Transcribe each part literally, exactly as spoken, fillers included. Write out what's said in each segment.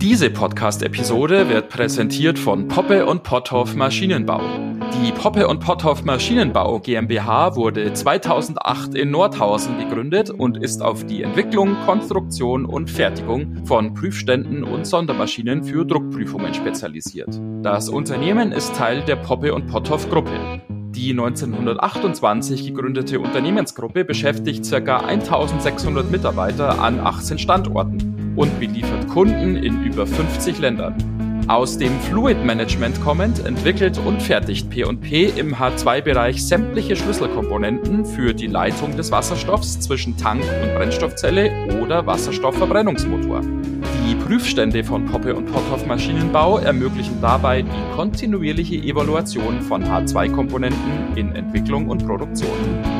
Diese Podcast-Episode wird präsentiert von Poppe und Potthoff Maschinenbau. Die Poppe und Potthoff Maschinenbau GmbH wurde zweitausendacht in Nordhausen gegründet und ist auf die Entwicklung, Konstruktion und Fertigung von Prüfständen und Sondermaschinen für Druckprüfungen spezialisiert. Das Unternehmen ist Teil der Poppe und Potthoff Gruppe. Die neunzehnhundertachtundzwanzig gegründete Unternehmensgruppe beschäftigt ca. eintausendsechshundert Mitarbeiter an achtzehn Standorten und beliefert Kunden in über fünfzig Ländern. Aus dem Fluid Management kommend entwickelt und fertigt P und P im H zwei Bereich sämtliche Schlüsselkomponenten für die Leitung des Wasserstoffs zwischen Tank- und Brennstoffzelle oder Wasserstoffverbrennungsmotor. Die Prüfstände von Poppe und Potthoff Maschinenbau ermöglichen dabei die kontinuierliche Evaluation von H zwei Komponenten in Entwicklung und Produktion.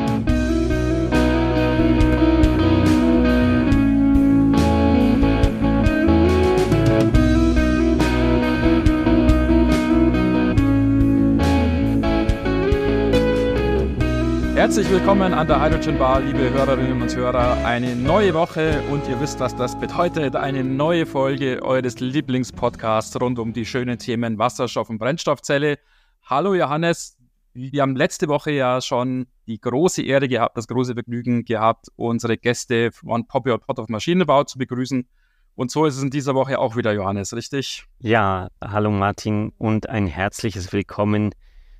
Herzlich willkommen an der Hydrogen Bar, liebe Hörerinnen und Hörer. Eine neue Woche und ihr wisst, was das bedeutet. Eine neue Folge eures Lieblingspodcasts rund um die schönen Themen Wasserstoff und Brennstoffzelle. Hallo Johannes, wir haben letzte Woche ja schon die große Ehre gehabt, das große Vergnügen gehabt, unsere Gäste von Poppe und Potthoff Maschinenbau zu begrüßen. Und so ist es in dieser Woche auch wieder, Johannes, richtig? Ja, hallo Martin und ein herzliches Willkommen.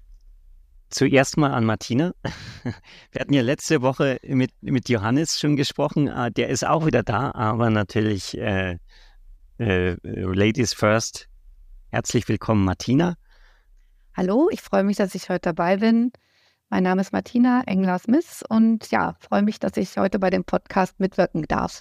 Zuerst mal an Martina. Wir hatten ja letzte Woche mit, mit Johannes schon gesprochen. Der ist auch wieder da, aber natürlich äh, äh, Ladies first. Herzlich willkommen, Martina. Hallo, ich freue mich, dass ich heute dabei bin. Mein Name ist Martina Engler-Smith und ja, freue mich, dass ich heute bei dem Podcast mitwirken darf.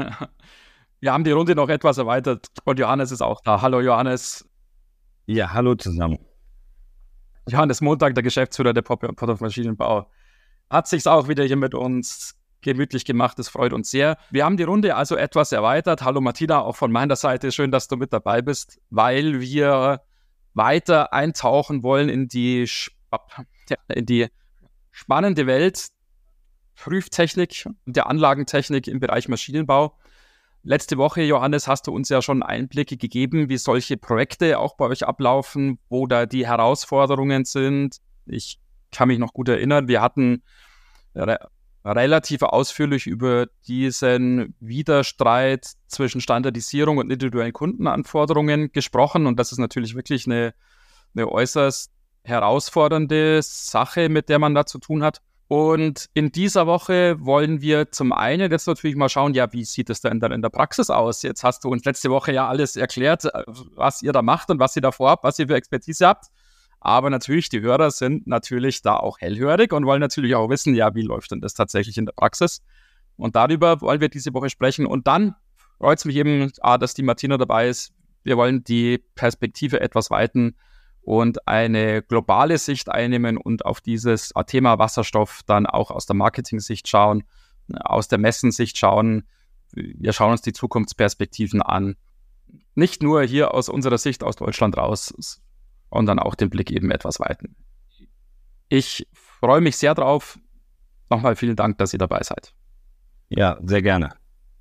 Wir haben die Runde noch etwas erweitert und Johannes ist auch da. Hallo Johannes. Ja, hallo zusammen. Johannes Montag, der Geschäftsführer der Poppe und Potthoff Maschinenbau, hat sich auch wieder hier mit uns gemütlich gemacht. Das freut uns sehr. Wir haben die Runde also etwas erweitert. Hallo Martina, auch von meiner Seite. Schön, dass du mit dabei bist, weil wir weiter eintauchen wollen in die, in die spannende Welt Prüftechnik und der Anlagentechnik im Bereich Maschinenbau. Letzte Woche, Johannes, hast du uns ja schon Einblicke gegeben, wie solche Projekte auch bei euch ablaufen, wo da die Herausforderungen sind. Ich kann mich noch gut erinnern, wir hatten re- relativ ausführlich über diesen Widerstreit zwischen Standardisierung und individuellen Kundenanforderungen gesprochen. Und das ist natürlich wirklich eine, eine äußerst herausfordernde Sache, mit der man da zu tun hat. Und in dieser Woche wollen wir zum einen jetzt natürlich mal schauen, ja, wie sieht es denn dann in der Praxis aus? Jetzt hast du uns letzte Woche ja alles erklärt, was ihr da macht und was ihr da vorhabt, was ihr für Expertise habt. Aber natürlich, die Hörer sind natürlich da auch hellhörig und wollen natürlich auch wissen, ja, wie läuft denn das tatsächlich in der Praxis? Und darüber wollen wir diese Woche sprechen. Und dann freut es mich eben, ah, dass die Martina dabei ist. Wir wollen die Perspektive etwas weiten und eine globale Sicht einnehmen und auf dieses Thema Wasserstoff dann auch aus der Marketing-Sicht schauen, aus der Messensicht schauen. Wir schauen uns die Zukunftsperspektiven an. Nicht nur hier aus unserer Sicht aus Deutschland raus, sondern auch den Blick eben etwas weiten. Ich freue mich sehr drauf. Nochmal vielen Dank, dass ihr dabei seid. Ja, sehr gerne.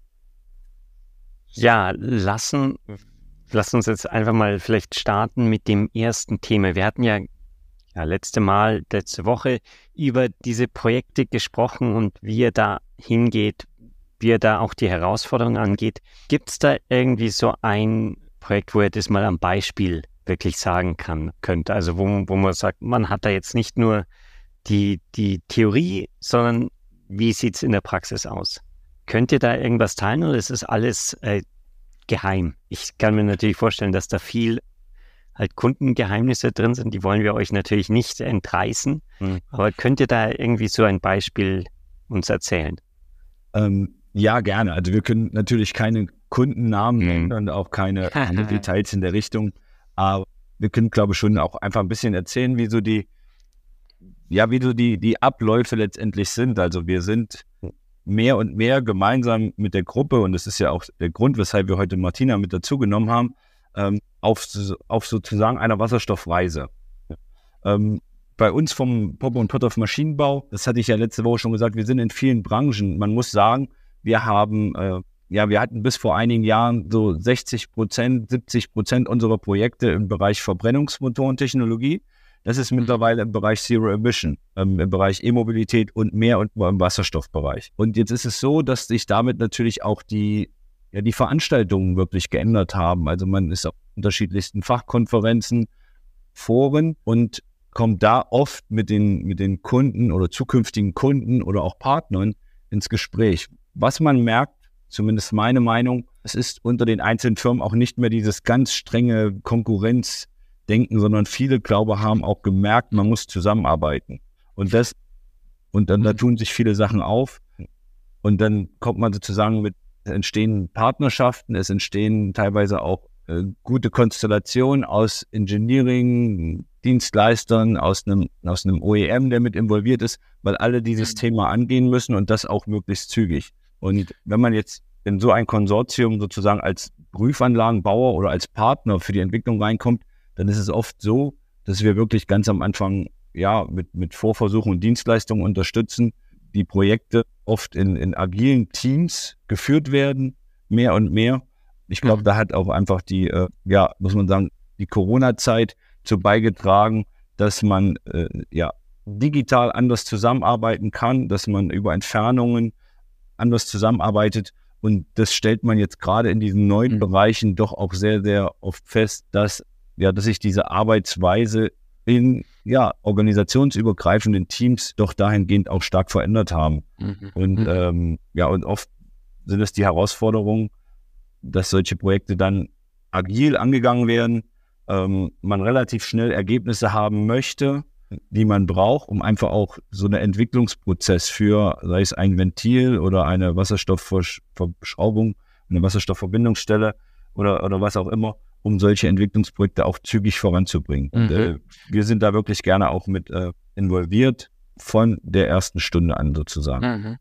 Ja, lassen... Lass uns jetzt einfach mal vielleicht starten mit dem ersten Thema. Wir hatten ja, ja letzte Mal, letzte Woche über diese Projekte gesprochen und wie er da hingeht, wie er da auch die Herausforderungen angeht. Gibt es da irgendwie so ein Projekt, wo er das mal am Beispiel wirklich sagen kann, könnte? Also wo, wo man sagt, man hat da jetzt nicht nur die, die Theorie, sondern wie sieht es in der Praxis aus? Könnt ihr da irgendwas teilen oder ist es alles äh, geheim? Ich kann mir natürlich vorstellen, dass da viel halt Kundengeheimnisse drin sind, die wollen wir euch natürlich nicht entreißen, mhm. aber könnt ihr da irgendwie so ein Beispiel uns erzählen? Ähm, ja, gerne. Also wir können natürlich keine Kundennamen nennen mhm. und auch keine Details in der Richtung, aber wir können, glaube ich, schon auch einfach ein bisschen erzählen, wie so die, ja, wie so die, die Abläufe letztendlich sind. Also wir sind mehr und mehr gemeinsam mit der Gruppe, und das ist ja auch der Grund, weshalb wir heute Martina mit dazu genommen haben, ähm, auf, auf sozusagen einer Wasserstoffreise. Ähm, bei uns vom Poppe und Potthoff Maschinenbau, das hatte ich ja letzte Woche schon gesagt, wir sind in vielen Branchen. Man muss sagen, wir haben äh, ja, wir hatten bis vor einigen Jahren so sechzig Prozent, siebzig Prozent unserer Projekte im Bereich Verbrennungsmotorentechnologie. Das ist mittlerweile im Bereich Zero Emission, ähm, im Bereich E-Mobilität und mehr und mehr im Wasserstoffbereich. Und jetzt ist es so, dass sich damit natürlich auch die, ja, die Veranstaltungen wirklich geändert haben. Also man ist auf unterschiedlichsten Fachkonferenzen, Foren und kommt da oft mit den, mit den Kunden oder zukünftigen Kunden oder auch Partnern ins Gespräch. Was man merkt, zumindest meine Meinung, es ist unter den einzelnen Firmen auch nicht mehr dieses ganz strenge Konkurrenzdenken, sondern viele, glaube ich, haben auch gemerkt, man muss zusammenarbeiten. Und das, und dann da tun sich viele Sachen auf. Und dann kommt man sozusagen mit, es entstehen Partnerschaften, es entstehen teilweise auch äh, gute Konstellationen aus Engineering, Dienstleistern, aus einem, aus einem O E M, der mit involviert ist, weil alle dieses Thema angehen müssen und das auch möglichst zügig. Und wenn man jetzt in so ein Konsortium sozusagen als Prüfanlagenbauer oder als Partner für die Entwicklung reinkommt, dann ist es oft so, dass wir wirklich ganz am Anfang ja mit, mit Vorversuchen und Dienstleistungen unterstützen, die Projekte oft in, in agilen Teams geführt werden, mehr und mehr. Ich glaube, da hat auch einfach die, äh, ja, muss man sagen, die Corona-Zeit zu beigetragen, dass man äh, ja digital anders zusammenarbeiten kann, dass man über Entfernungen anders zusammenarbeitet. Und das stellt man jetzt gerade in diesen neuen mhm. Bereichen doch auch sehr, sehr oft fest, dass, ja, dass sich diese Arbeitsweise in ja, organisationsübergreifenden Teams doch dahingehend auch stark verändert haben. Mhm. Und mhm. Ähm, ja, und oft sind es die Herausforderungen, dass solche Projekte dann agil angegangen werden, ähm, man relativ schnell Ergebnisse haben möchte, die man braucht, um einfach auch so einen Entwicklungsprozess für, sei es ein Ventil oder eine Wasserstoffverschraubung, eine Wasserstoffverbindungsstelle oder, oder was auch immer, um solche Entwicklungsprojekte auch zügig voranzubringen. Mhm. Und, äh, wir sind da wirklich gerne auch mit äh, involviert, von der ersten Stunde an sozusagen. Mhm.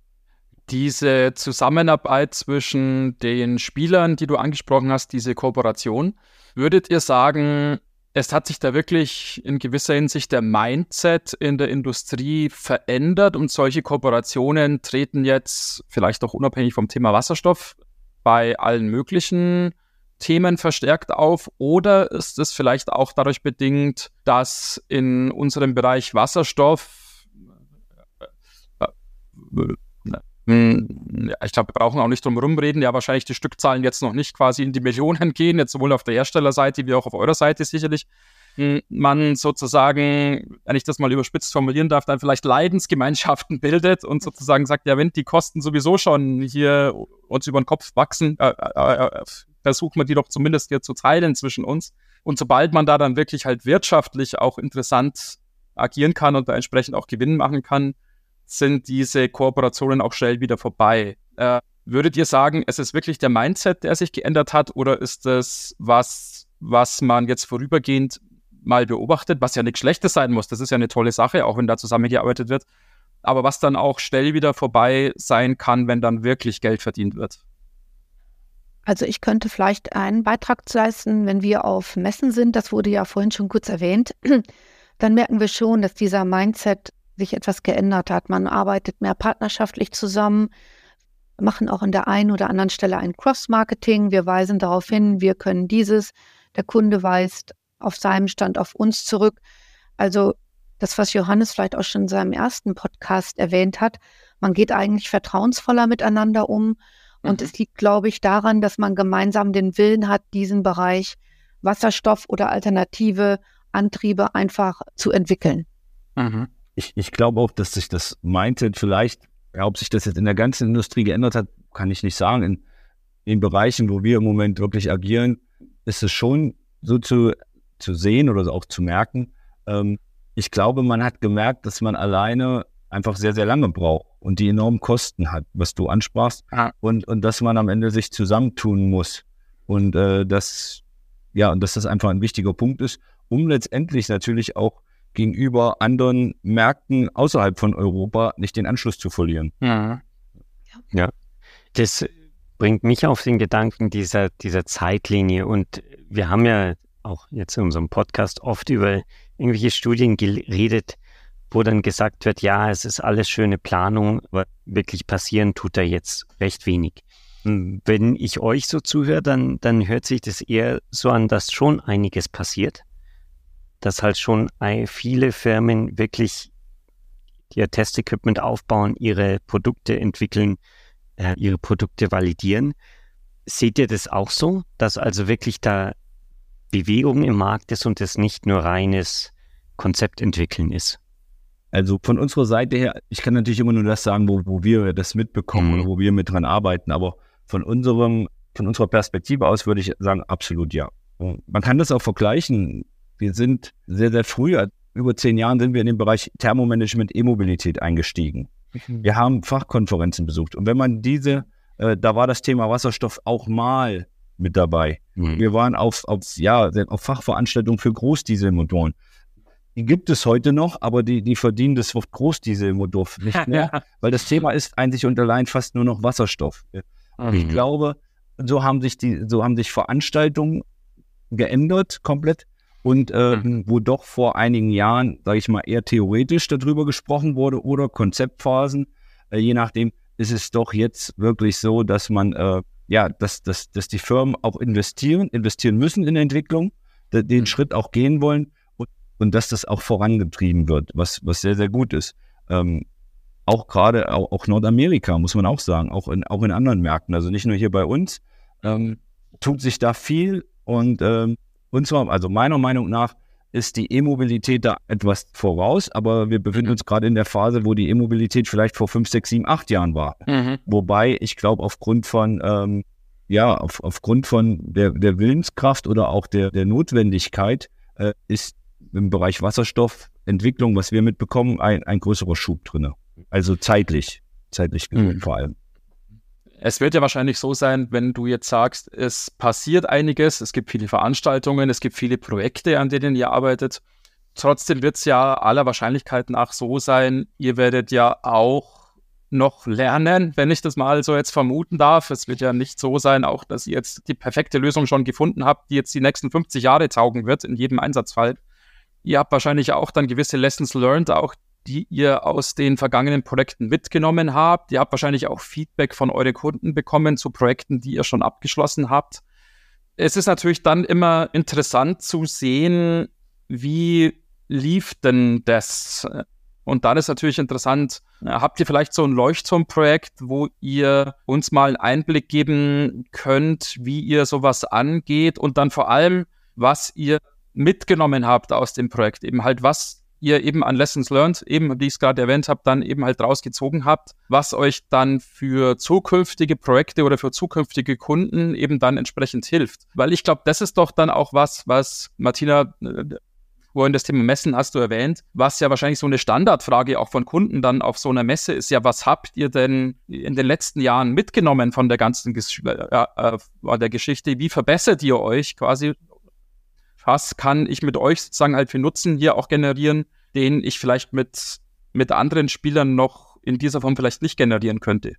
Diese Zusammenarbeit zwischen den Spielern, die du angesprochen hast, diese Kooperation, würdet ihr sagen, es hat sich da wirklich in gewisser Hinsicht der Mindset in der Industrie verändert und solche Kooperationen treten jetzt vielleicht auch unabhängig vom Thema Wasserstoff bei allen möglichen Themen verstärkt auf, oder ist es vielleicht auch dadurch bedingt, dass in unserem Bereich Wasserstoff äh, äh, Ja, ich glaube, wir brauchen auch nicht drum herum reden, ja, wahrscheinlich die Stückzahlen jetzt noch nicht quasi in die Millionen gehen, jetzt sowohl auf der Herstellerseite wie auch auf eurer Seite sicherlich. Man sozusagen, wenn ich das mal überspitzt formulieren darf, dann vielleicht Leidensgemeinschaften bildet und sozusagen sagt, ja, wenn die Kosten sowieso schon hier uns über den Kopf wachsen, äh, äh, versuchen wir die doch zumindest hier zu teilen zwischen uns. Und sobald man da dann wirklich halt wirtschaftlich auch interessant agieren kann und da entsprechend auch Gewinn machen kann, sind diese Kooperationen auch schnell wieder vorbei. Äh, würdet ihr sagen, es ist wirklich der Mindset, der sich geändert hat, oder ist das was, was man jetzt vorübergehend mal beobachtet, was ja nichts Schlechtes sein muss? Das ist ja eine tolle Sache, auch wenn da zusammengearbeitet wird, aber was dann auch schnell wieder vorbei sein kann, wenn dann wirklich Geld verdient wird. Also ich könnte vielleicht einen Beitrag leisten, wenn wir auf Messen sind, das wurde ja vorhin schon kurz erwähnt, dann merken wir schon, dass dieser Mindset sich etwas geändert hat. Man arbeitet mehr partnerschaftlich zusammen, machen auch an der einen oder anderen Stelle ein Cross-Marketing. Wir weisen darauf hin, wir können dieses. Der Kunde weist auf seinem Stand auf uns zurück. Also das, was Johannes vielleicht auch schon in seinem ersten Podcast erwähnt hat, man geht eigentlich vertrauensvoller miteinander um. Und mhm. es liegt, glaube ich, daran, dass man gemeinsam den Willen hat, diesen Bereich Wasserstoff oder alternative Antriebe einfach zu entwickeln. Mhm. Ich, ich glaube auch, dass sich das Mindset vielleicht, ja, ob sich das jetzt in der ganzen Industrie geändert hat, kann ich nicht sagen. In den Bereichen, wo wir im Moment wirklich agieren, ist es schon so zu, zu sehen oder auch zu merken. Ähm, ich glaube, man hat gemerkt, dass man alleine einfach sehr, sehr lange braucht und die enormen Kosten hat, was du ansprachst, ah. und, und dass man am Ende sich zusammentun muss. Und äh, das, ja, und dass das einfach ein wichtiger Punkt ist, um letztendlich natürlich auch gegenüber anderen Märkten außerhalb von Europa nicht den Anschluss zu verlieren. Ja, ja. Das bringt mich auf den Gedanken dieser, dieser Zeitlinie. Und wir haben ja auch jetzt in unserem Podcast oft über irgendwelche Studien geredet, wo dann gesagt wird, ja, es ist alles schöne Planung, aber wirklich passieren tut da jetzt recht wenig. Wenn ich euch so zuhöre, dann, dann hört sich das eher so an, dass schon einiges passiert. Dass halt schon viele Firmen wirklich ihr Testequipment aufbauen, ihre Produkte entwickeln, äh, ihre Produkte validieren. Seht ihr das auch so, dass also wirklich da Bewegung im Markt ist und es nicht nur reines Konzeptentwickeln ist? Also von unserer Seite her, ich kann natürlich immer nur das sagen, wo, wo wir das mitbekommen mhm. oder wo wir mit dran arbeiten, aber von unserem, von unserer Perspektive aus würde ich sagen, absolut ja. Man kann das auch vergleichen. Wir sind sehr, sehr früh, über zehn Jahren sind wir in den Bereich Thermomanagement, E-Mobilität eingestiegen. Mhm. Wir haben Fachkonferenzen besucht und wenn man diese, äh, da war das Thema Wasserstoff auch mal mit dabei. Mhm. Wir waren auf, auf, ja, auf Fachveranstaltungen für Großdieselmotoren. Die gibt es heute noch, aber die, die verdienen das Wort Großdieselmotor nicht mehr, weil das Thema ist einzig und allein fast nur noch Wasserstoff. Und ich glaube, so haben sich die, so haben sich Veranstaltungen geändert komplett und äh, mhm. wo doch vor einigen Jahren, sage ich mal, eher theoretisch darüber gesprochen wurde oder Konzeptphasen, äh, je nachdem, ist es doch jetzt wirklich so, dass man, äh, ja, dass, dass, dass die Firmen auch investieren, investieren müssen in Entwicklung, d- den mhm. Schritt auch gehen wollen und, und dass das auch vorangetrieben wird, was, was sehr, sehr gut ist. Ähm, Auch gerade, auch, auch Nordamerika, muss man auch sagen, auch in, auch in anderen Märkten, also nicht nur hier bei uns, ähm, tut sich da viel und ähm, und zwar, also meiner Meinung nach ist die E-Mobilität da etwas voraus, aber wir befinden uns gerade in der Phase, wo die E-Mobilität vielleicht vor fünf, sechs, sieben, acht Jahren war. Mhm. Wobei ich glaube, aufgrund von, ähm, ja, auf, aufgrund von der, der Willenskraft oder auch der, der Notwendigkeit äh, ist im Bereich Wasserstoffentwicklung, was wir mitbekommen, ein, ein größerer Schub drin. Also zeitlich, zeitlich gesehen mhm. vor allem. Es wird ja wahrscheinlich so sein, wenn du jetzt sagst, es passiert einiges, es gibt viele Veranstaltungen, es gibt viele Projekte, an denen ihr arbeitet. Trotzdem wird es ja aller Wahrscheinlichkeit nach so sein, ihr werdet ja auch noch lernen, wenn ich das mal so jetzt vermuten darf. Es wird ja nicht so sein, auch dass ihr jetzt die perfekte Lösung schon gefunden habt, die jetzt die nächsten fünfzig Jahre taugen wird, in jedem Einsatzfall. Ihr habt wahrscheinlich auch dann gewisse Lessons learned, auch die ihr aus den vergangenen Projekten mitgenommen habt. Ihr habt wahrscheinlich auch Feedback von euren Kunden bekommen zu Projekten, die ihr schon abgeschlossen habt. Es ist natürlich dann immer interessant zu sehen, wie lief denn das? Und dann ist natürlich interessant, habt ihr vielleicht so ein Leuchtturmprojekt, wo ihr uns mal einen Einblick geben könnt, wie ihr sowas angeht und dann vor allem, was ihr mitgenommen habt aus dem Projekt, eben halt was ihr eben an Lessons learned, eben wie ich es gerade erwähnt habe, dann eben halt rausgezogen habt, was euch dann für zukünftige Projekte oder für zukünftige Kunden eben dann entsprechend hilft. Weil ich glaube, das ist doch dann auch was, was Martina, vorhin das Thema Messen hast du erwähnt, was ja wahrscheinlich so eine Standardfrage auch von Kunden dann auf so einer Messe ist, ja, was habt ihr denn in den letzten Jahren mitgenommen von der ganzen Gesch- äh, äh, der Geschichte? Wie verbessert ihr euch quasi? Was kann ich mit euch sozusagen halt für Nutzen hier auch generieren, den ich vielleicht mit, mit anderen Spielern noch in dieser Form vielleicht nicht generieren könnte?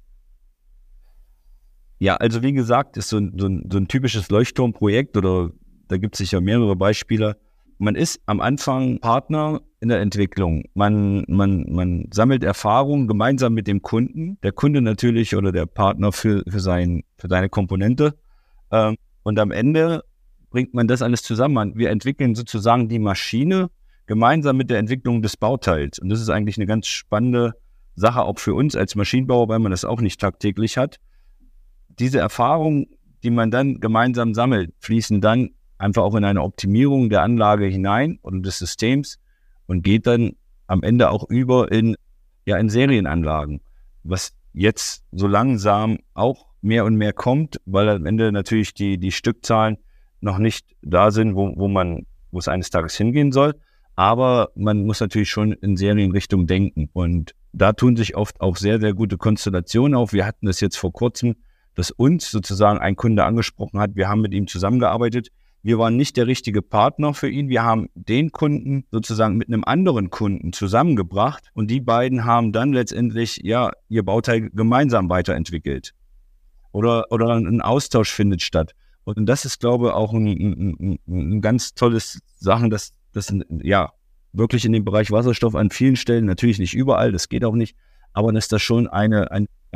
Ja, also wie gesagt, ist so ein, so ein, so ein typisches Leuchtturmprojekt oder da gibt es sicher mehrere Beispiele. Man ist am Anfang Partner in der Entwicklung. Man, man, man sammelt Erfahrung gemeinsam mit dem Kunden. Der Kunde natürlich oder der Partner für, für, sein, für seine Komponente. Ähm, und am Ende bringt man das alles zusammen. Wir entwickeln sozusagen die Maschine gemeinsam mit der Entwicklung des Bauteils. Und das ist eigentlich eine ganz spannende Sache auch für uns als Maschinenbauer, weil man das auch nicht tagtäglich hat. Diese Erfahrungen, die man dann gemeinsam sammelt, fließen dann einfach auch in eine Optimierung der Anlage hinein und des Systems und geht dann am Ende auch über in, ja, in Serienanlagen, was jetzt so langsam auch mehr und mehr kommt, weil am Ende natürlich die, die Stückzahlen noch nicht da sind, wo, wo man, wo es eines Tages hingehen soll. Aber man muss natürlich schon in Serienrichtung denken. Und da tun sich oft auch sehr, sehr gute Konstellationen auf. Wir hatten das jetzt vor kurzem, dass uns sozusagen ein Kunde angesprochen hat. Wir haben mit ihm zusammengearbeitet. Wir waren nicht der richtige Partner für ihn. Wir haben den Kunden sozusagen mit einem anderen Kunden zusammengebracht. Und die beiden haben dann letztendlich, ja, ihr Bauteil gemeinsam weiterentwickelt. Oder, oder ein Austausch findet statt. Und das ist, glaube ich, auch ein, ein, ein, ein ganz tolles Sachen, dass das ja wirklich in dem Bereich Wasserstoff an vielen Stellen, natürlich nicht überall, das geht auch nicht, aber dass das schon eine, ein, ja,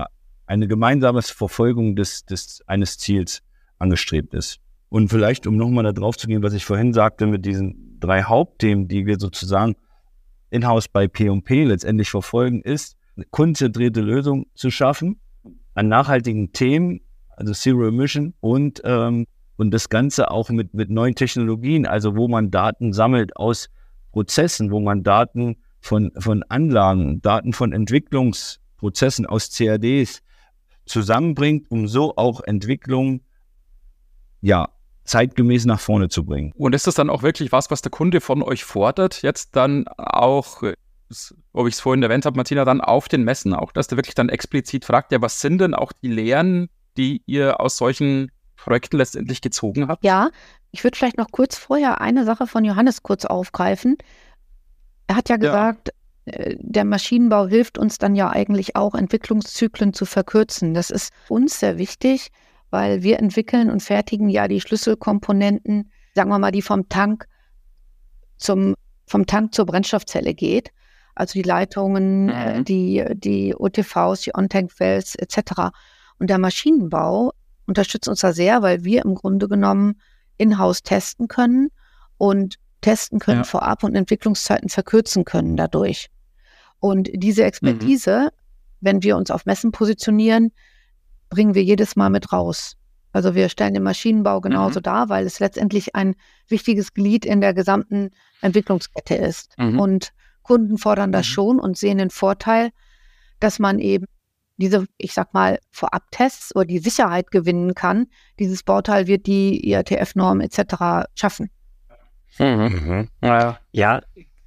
eine gemeinsame Verfolgung des, des eines Ziels angestrebt ist. Und vielleicht, um nochmal da drauf zu gehen, was ich vorhin sagte, mit diesen drei Hauptthemen, die wir sozusagen in-house bei P und P letztendlich verfolgen, ist, eine konzentrierte Lösung zu schaffen an nachhaltigen Themen, also Zero Emission und, ähm, und das Ganze auch mit, mit neuen Technologien, also wo man Daten sammelt aus Prozessen, wo man Daten von, von Anlagen, Daten von Entwicklungsprozessen aus C A Ds zusammenbringt, um so auch Entwicklung ja, zeitgemäß nach vorne zu bringen. Und ist das dann auch wirklich was, was der Kunde von euch fordert, jetzt dann auch, ob ich es vorhin erwähnt habe, Martina, dann auf den Messen auch, dass der wirklich dann explizit fragt, ja, was sind denn auch die Lehren, die ihr aus solchen Projekten letztendlich gezogen habt? Ja, ich würde vielleicht noch kurz vorher eine Sache von Johannes kurz aufgreifen. Er hat ja gesagt, ja. der Maschinenbau hilft uns dann ja eigentlich auch, Entwicklungszyklen zu verkürzen. Das ist uns sehr wichtig, weil wir entwickeln und fertigen ja die Schlüsselkomponenten, sagen wir mal, die vom Tank zum, vom Tank zur Brennstoffzelle geht. Also die Leitungen, mhm. die, die O T Vs, die On-Tank-Wells et cetera. Und der Maschinenbau unterstützt uns da sehr, weil wir im Grunde genommen in-house testen können und testen können ja. vorab und Entwicklungszeiten verkürzen können dadurch. Und diese Expertise, mhm. wenn wir uns auf Messen positionieren, bringen wir jedes Mal mit raus. Also wir stellen den Maschinenbau genauso mhm. dar, weil es letztendlich ein wichtiges Glied in der gesamten Entwicklungskette ist. Mhm. Und Kunden fordern das mhm. schon und sehen den Vorteil, dass man eben diese, ich sag mal, Vorabtests oder die Sicherheit gewinnen kann. Dieses Bauteil wird die I A T F-Norm et cetera schaffen. Mhm. Ja. ja,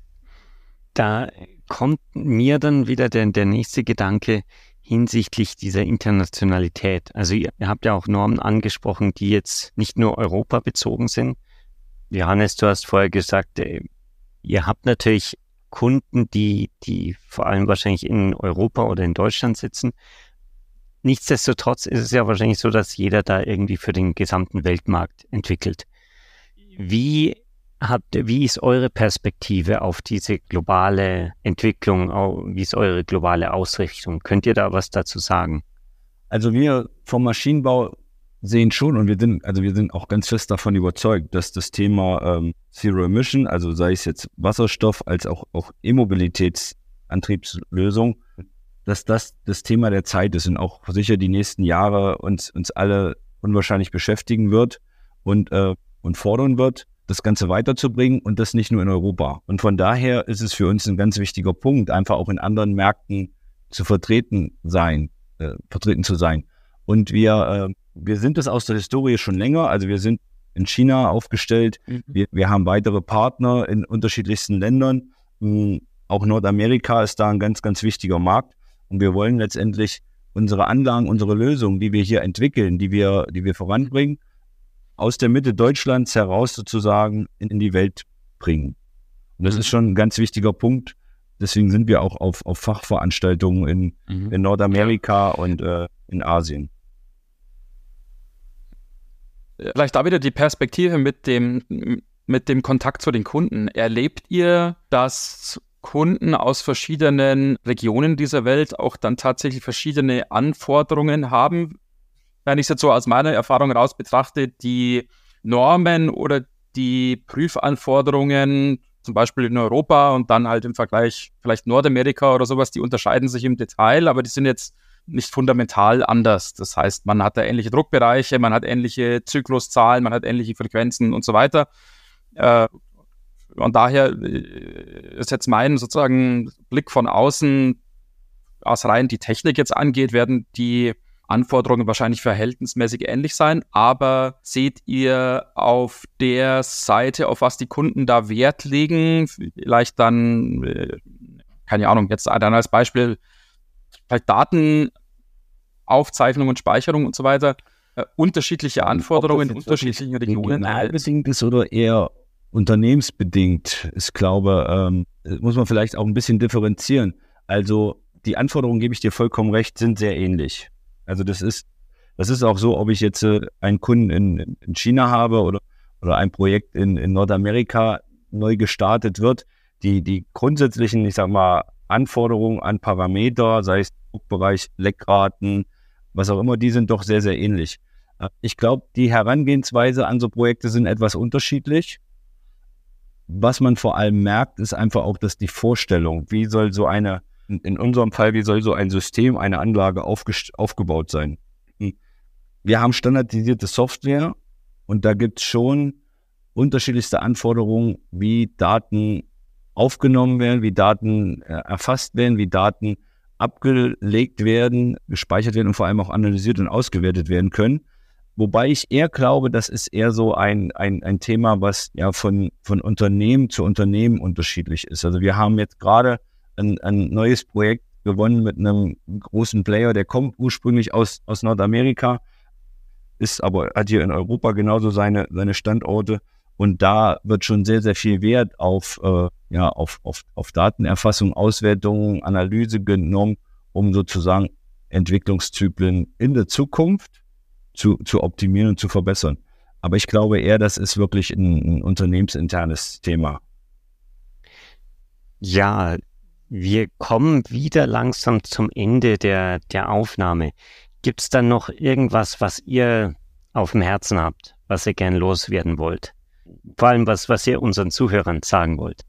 da kommt mir dann wieder der, der nächste Gedanke hinsichtlich dieser Internationalität. Also ihr, ihr habt ja auch Normen angesprochen, die jetzt nicht nur Europa bezogen sind. Johannes, du hast vorher gesagt, äh, ihr habt natürlich Kunden, die, die vor allem wahrscheinlich in Europa oder in Deutschland sitzen. Nichtsdestotrotz ist es ja wahrscheinlich so, dass jeder da irgendwie für den gesamten Weltmarkt entwickelt. Wie habt, wie ist eure Perspektive auf diese globale Entwicklung? Wie ist eure globale Ausrichtung? Könnt ihr da was dazu sagen? Also wir vom Maschinenbau sehen schon und wir sind, also wir sind auch ganz fest davon überzeugt, dass das Thema ähm, Zero Emission, also sei es jetzt Wasserstoff als auch, auch E-Mobilitätsantriebslösung, dass das das Thema der Zeit ist und auch sicher die nächsten Jahre uns, uns alle unwahrscheinlich beschäftigen wird und, äh, und fordern wird, das Ganze weiterzubringen und das nicht nur in Europa. Und von daher ist es für uns ein ganz wichtiger Punkt, einfach auch in anderen Märkten zu vertreten sein, äh, vertreten zu sein. Und wir, äh, wir sind das aus der Historie schon länger, also wir sind in China aufgestellt, mhm. wir, wir haben weitere Partner in unterschiedlichsten Ländern, mh, auch Nordamerika ist da ein ganz, ganz wichtiger Markt und wir wollen letztendlich unsere Anlagen, unsere Lösungen, die wir hier entwickeln, die wir, die wir voranbringen, aus der Mitte Deutschlands heraus sozusagen in, in die Welt bringen. Und das mhm. ist schon ein ganz wichtiger Punkt. Deswegen sind wir auch auf, auf Fachveranstaltungen in, mhm. in Nordamerika und äh, in Asien. Vielleicht da wieder die Perspektive mit dem, mit dem Kontakt zu den Kunden. Erlebt ihr, dass Kunden aus verschiedenen Regionen dieser Welt auch dann tatsächlich verschiedene Anforderungen haben? Wenn ich es jetzt so aus meiner Erfahrung raus betrachte, die Normen oder die Prüfanforderungen, zum Beispiel in Europa und dann halt im Vergleich vielleicht Nordamerika oder sowas, die unterscheiden sich im Detail, aber die sind jetzt nicht fundamental anders. Das heißt, man hat da ähnliche Druckbereiche, man hat ähnliche Zykluszahlen, man hat ähnliche Frequenzen und so weiter. Äh, und daher ist jetzt mein sozusagen Blick von außen, was rein die Technik jetzt angeht, werden die Anforderungen wahrscheinlich verhältnismäßig ähnlich sein, aber seht ihr auf der Seite, auf was die Kunden da Wert legen, vielleicht dann, äh, keine Ahnung, jetzt dann als Beispiel, vielleicht Datenaufzeichnung und Speicherung und so weiter, äh, unterschiedliche Anforderungen in unterschiedlichen Regionen. Regionalbedingt ist oder eher unternehmensbedingt? Ich glaube, ähm, muss man vielleicht auch ein bisschen differenzieren. Also die Anforderungen, gebe ich dir vollkommen recht, sind sehr ähnlich. Also das ist, das ist auch so, ob ich jetzt äh, einen Kunden in, in China habe oder, oder ein Projekt in, in Nordamerika neu gestartet wird. Die, die grundsätzlichen, ich sag mal, Anforderungen an Parameter, sei es Druckbereich, Leckraten, was auch immer, die sind doch sehr, sehr ähnlich. Ich glaube, die Herangehensweise an so Projekte sind etwas unterschiedlich. Was man vor allem merkt, ist einfach auch, dass die Vorstellung, wie soll so eine, in unserem Fall, wie soll so ein System, eine Anlage aufge- aufgebaut sein? Wir haben standardisierte Software und da gibt es schon unterschiedlichste Anforderungen, wie Daten aufgenommen werden, wie Daten äh, erfasst werden, wie Daten abgelegt werden, gespeichert werden und vor allem auch analysiert und ausgewertet werden können. Wobei ich eher glaube, das ist eher so ein, ein, ein Thema, was ja von, von Unternehmen zu Unternehmen unterschiedlich ist. Also wir haben jetzt gerade ein, ein neues Projekt gewonnen mit einem großen Player, der kommt ursprünglich aus, aus Nordamerika, ist aber, hat hier in Europa genauso seine, seine Standorte. Und da wird schon sehr, sehr viel Wert auf, äh, ja, auf, auf, auf Datenerfassung, Auswertung, Analyse genommen, um sozusagen Entwicklungszyklen in der Zukunft zu, zu optimieren und zu verbessern. Aber ich glaube eher, das ist wirklich ein, ein unternehmensinternes Thema. Ja, wir kommen wieder langsam zum Ende der, der Aufnahme. Gibt es dann noch irgendwas, was ihr auf dem Herzen habt, was ihr gern loswerden wollt? Vor allem was, was ihr unseren Zuhörern sagen wollt.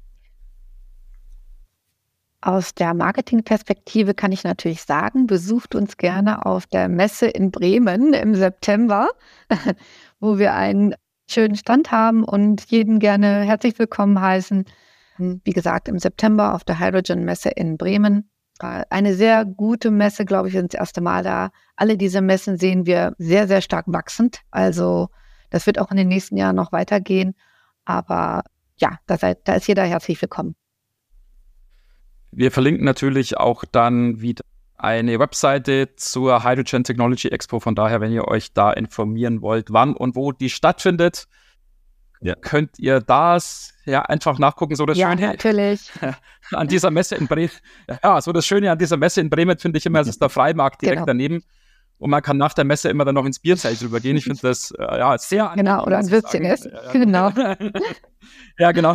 Aus der Marketingperspektive kann ich natürlich sagen, besucht uns gerne auf der Messe in Bremen im September, wo wir einen schönen Stand haben und jeden gerne herzlich willkommen heißen. Wie gesagt, im September auf der Hydrogen-Messe in Bremen. Eine sehr gute Messe, glaube ich, wir sind das erste Mal da. Alle diese Messen sehen wir sehr, sehr stark wachsend. Also das wird auch in den nächsten Jahren noch weitergehen. Aber ja, da, seid, da ist jeder herzlich willkommen. Wir verlinken natürlich auch dann wieder eine Webseite zur Hydrogen Technology Expo. Von daher, wenn ihr euch da informieren wollt, wann und wo die stattfindet, ja, könnt ihr das ja einfach nachgucken. So das ja, Schöne natürlich. an dieser Messe in Bremen. Ja, so das Schöne an dieser Messe in Bremen finde ich immer, es ist der Freimarkt direkt genau daneben. Und man kann nach der Messe immer dann noch ins Bierzelt rübergehen. Ich finde das äh, ja sehr angenehm. Genau, oder ein Würstchen essen. Ja, ja. Genau. Ja, genau.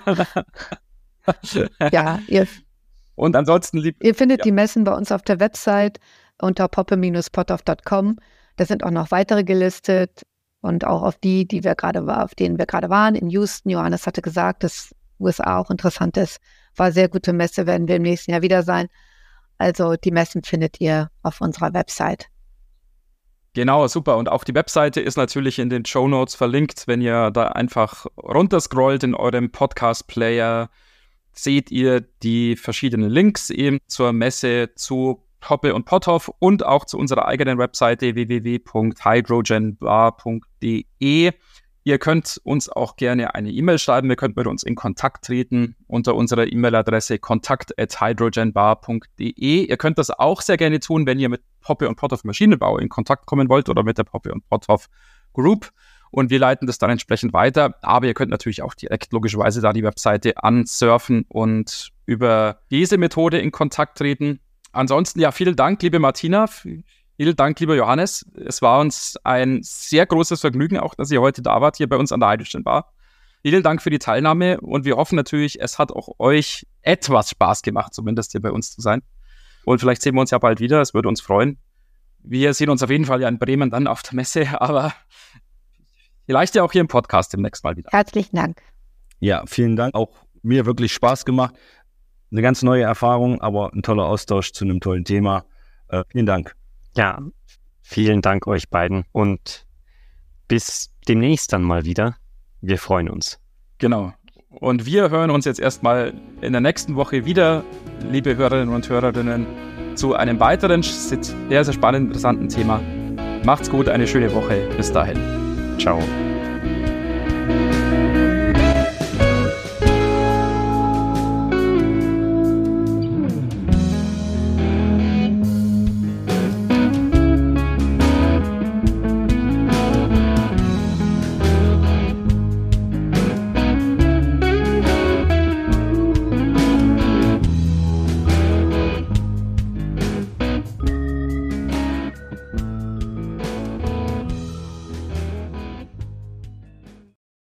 Ja, ihr, und ansonsten lieb. Ihr findet ja. die Messen bei uns auf der Website unter poppe Bindestrich potoff Punkt com. Da sind auch noch weitere gelistet und auch auf die, die wir gerade war, auf denen wir gerade waren. In Houston, Johannes hatte gesagt, dass U S A auch interessant ist. War eine sehr gute Messe, werden wir im nächsten Jahr wieder sein. Also die Messen findet ihr auf unserer Website. Genau, super. Und auch die Webseite ist natürlich in den Shownotes verlinkt. Wenn ihr da einfach runterscrollt in eurem Podcast-Player, seht ihr die verschiedenen Links eben zur Messe, zu Poppe und Potthoff und auch zu unserer eigenen Webseite w w w Punkt hydrogenbar Punkt d e. Ihr könnt uns auch gerne eine E-Mail schreiben. Ihr könnt mit uns in Kontakt treten unter unserer E-Mail-Adresse kontakt at hydrogenbar Punkt d e. Ihr könnt das auch sehr gerne tun, wenn ihr mit Poppe und Potthoff Maschinenbau in Kontakt kommen wollt oder mit der Poppe und Potthoff Group. Und wir leiten das dann entsprechend weiter. Aber ihr könnt natürlich auch direkt logischerweise da die Webseite ansurfen und über diese Methode in Kontakt treten. Ansonsten, ja, vielen Dank, liebe Martina. Vielen Dank, lieber Johannes. Es war uns ein sehr großes Vergnügen, auch dass ihr heute da wart, hier bei uns an der Hydrogen Bar. Vielen Dank für die Teilnahme und wir hoffen natürlich, es hat auch euch etwas Spaß gemacht, zumindest hier bei uns zu sein. Und vielleicht sehen wir uns ja bald wieder, es würde uns freuen. Wir sehen uns auf jeden Fall ja in Bremen dann auf der Messe, aber vielleicht ja auch hier im Podcast demnächst mal wieder. Herzlichen Dank. Ja, vielen Dank. Auch mir wirklich Spaß gemacht. Eine ganz neue Erfahrung, aber ein toller Austausch zu einem tollen Thema. Äh, vielen Dank. Ja, vielen Dank euch beiden und bis demnächst dann mal wieder. Wir freuen uns. Genau. Und wir hören uns jetzt erstmal in der nächsten Woche wieder, liebe Hörerinnen und Hörerinnen, zu einem weiteren sehr, sehr spannenden, interessanten Thema. Macht's gut, eine schöne Woche. Bis dahin. Ciao.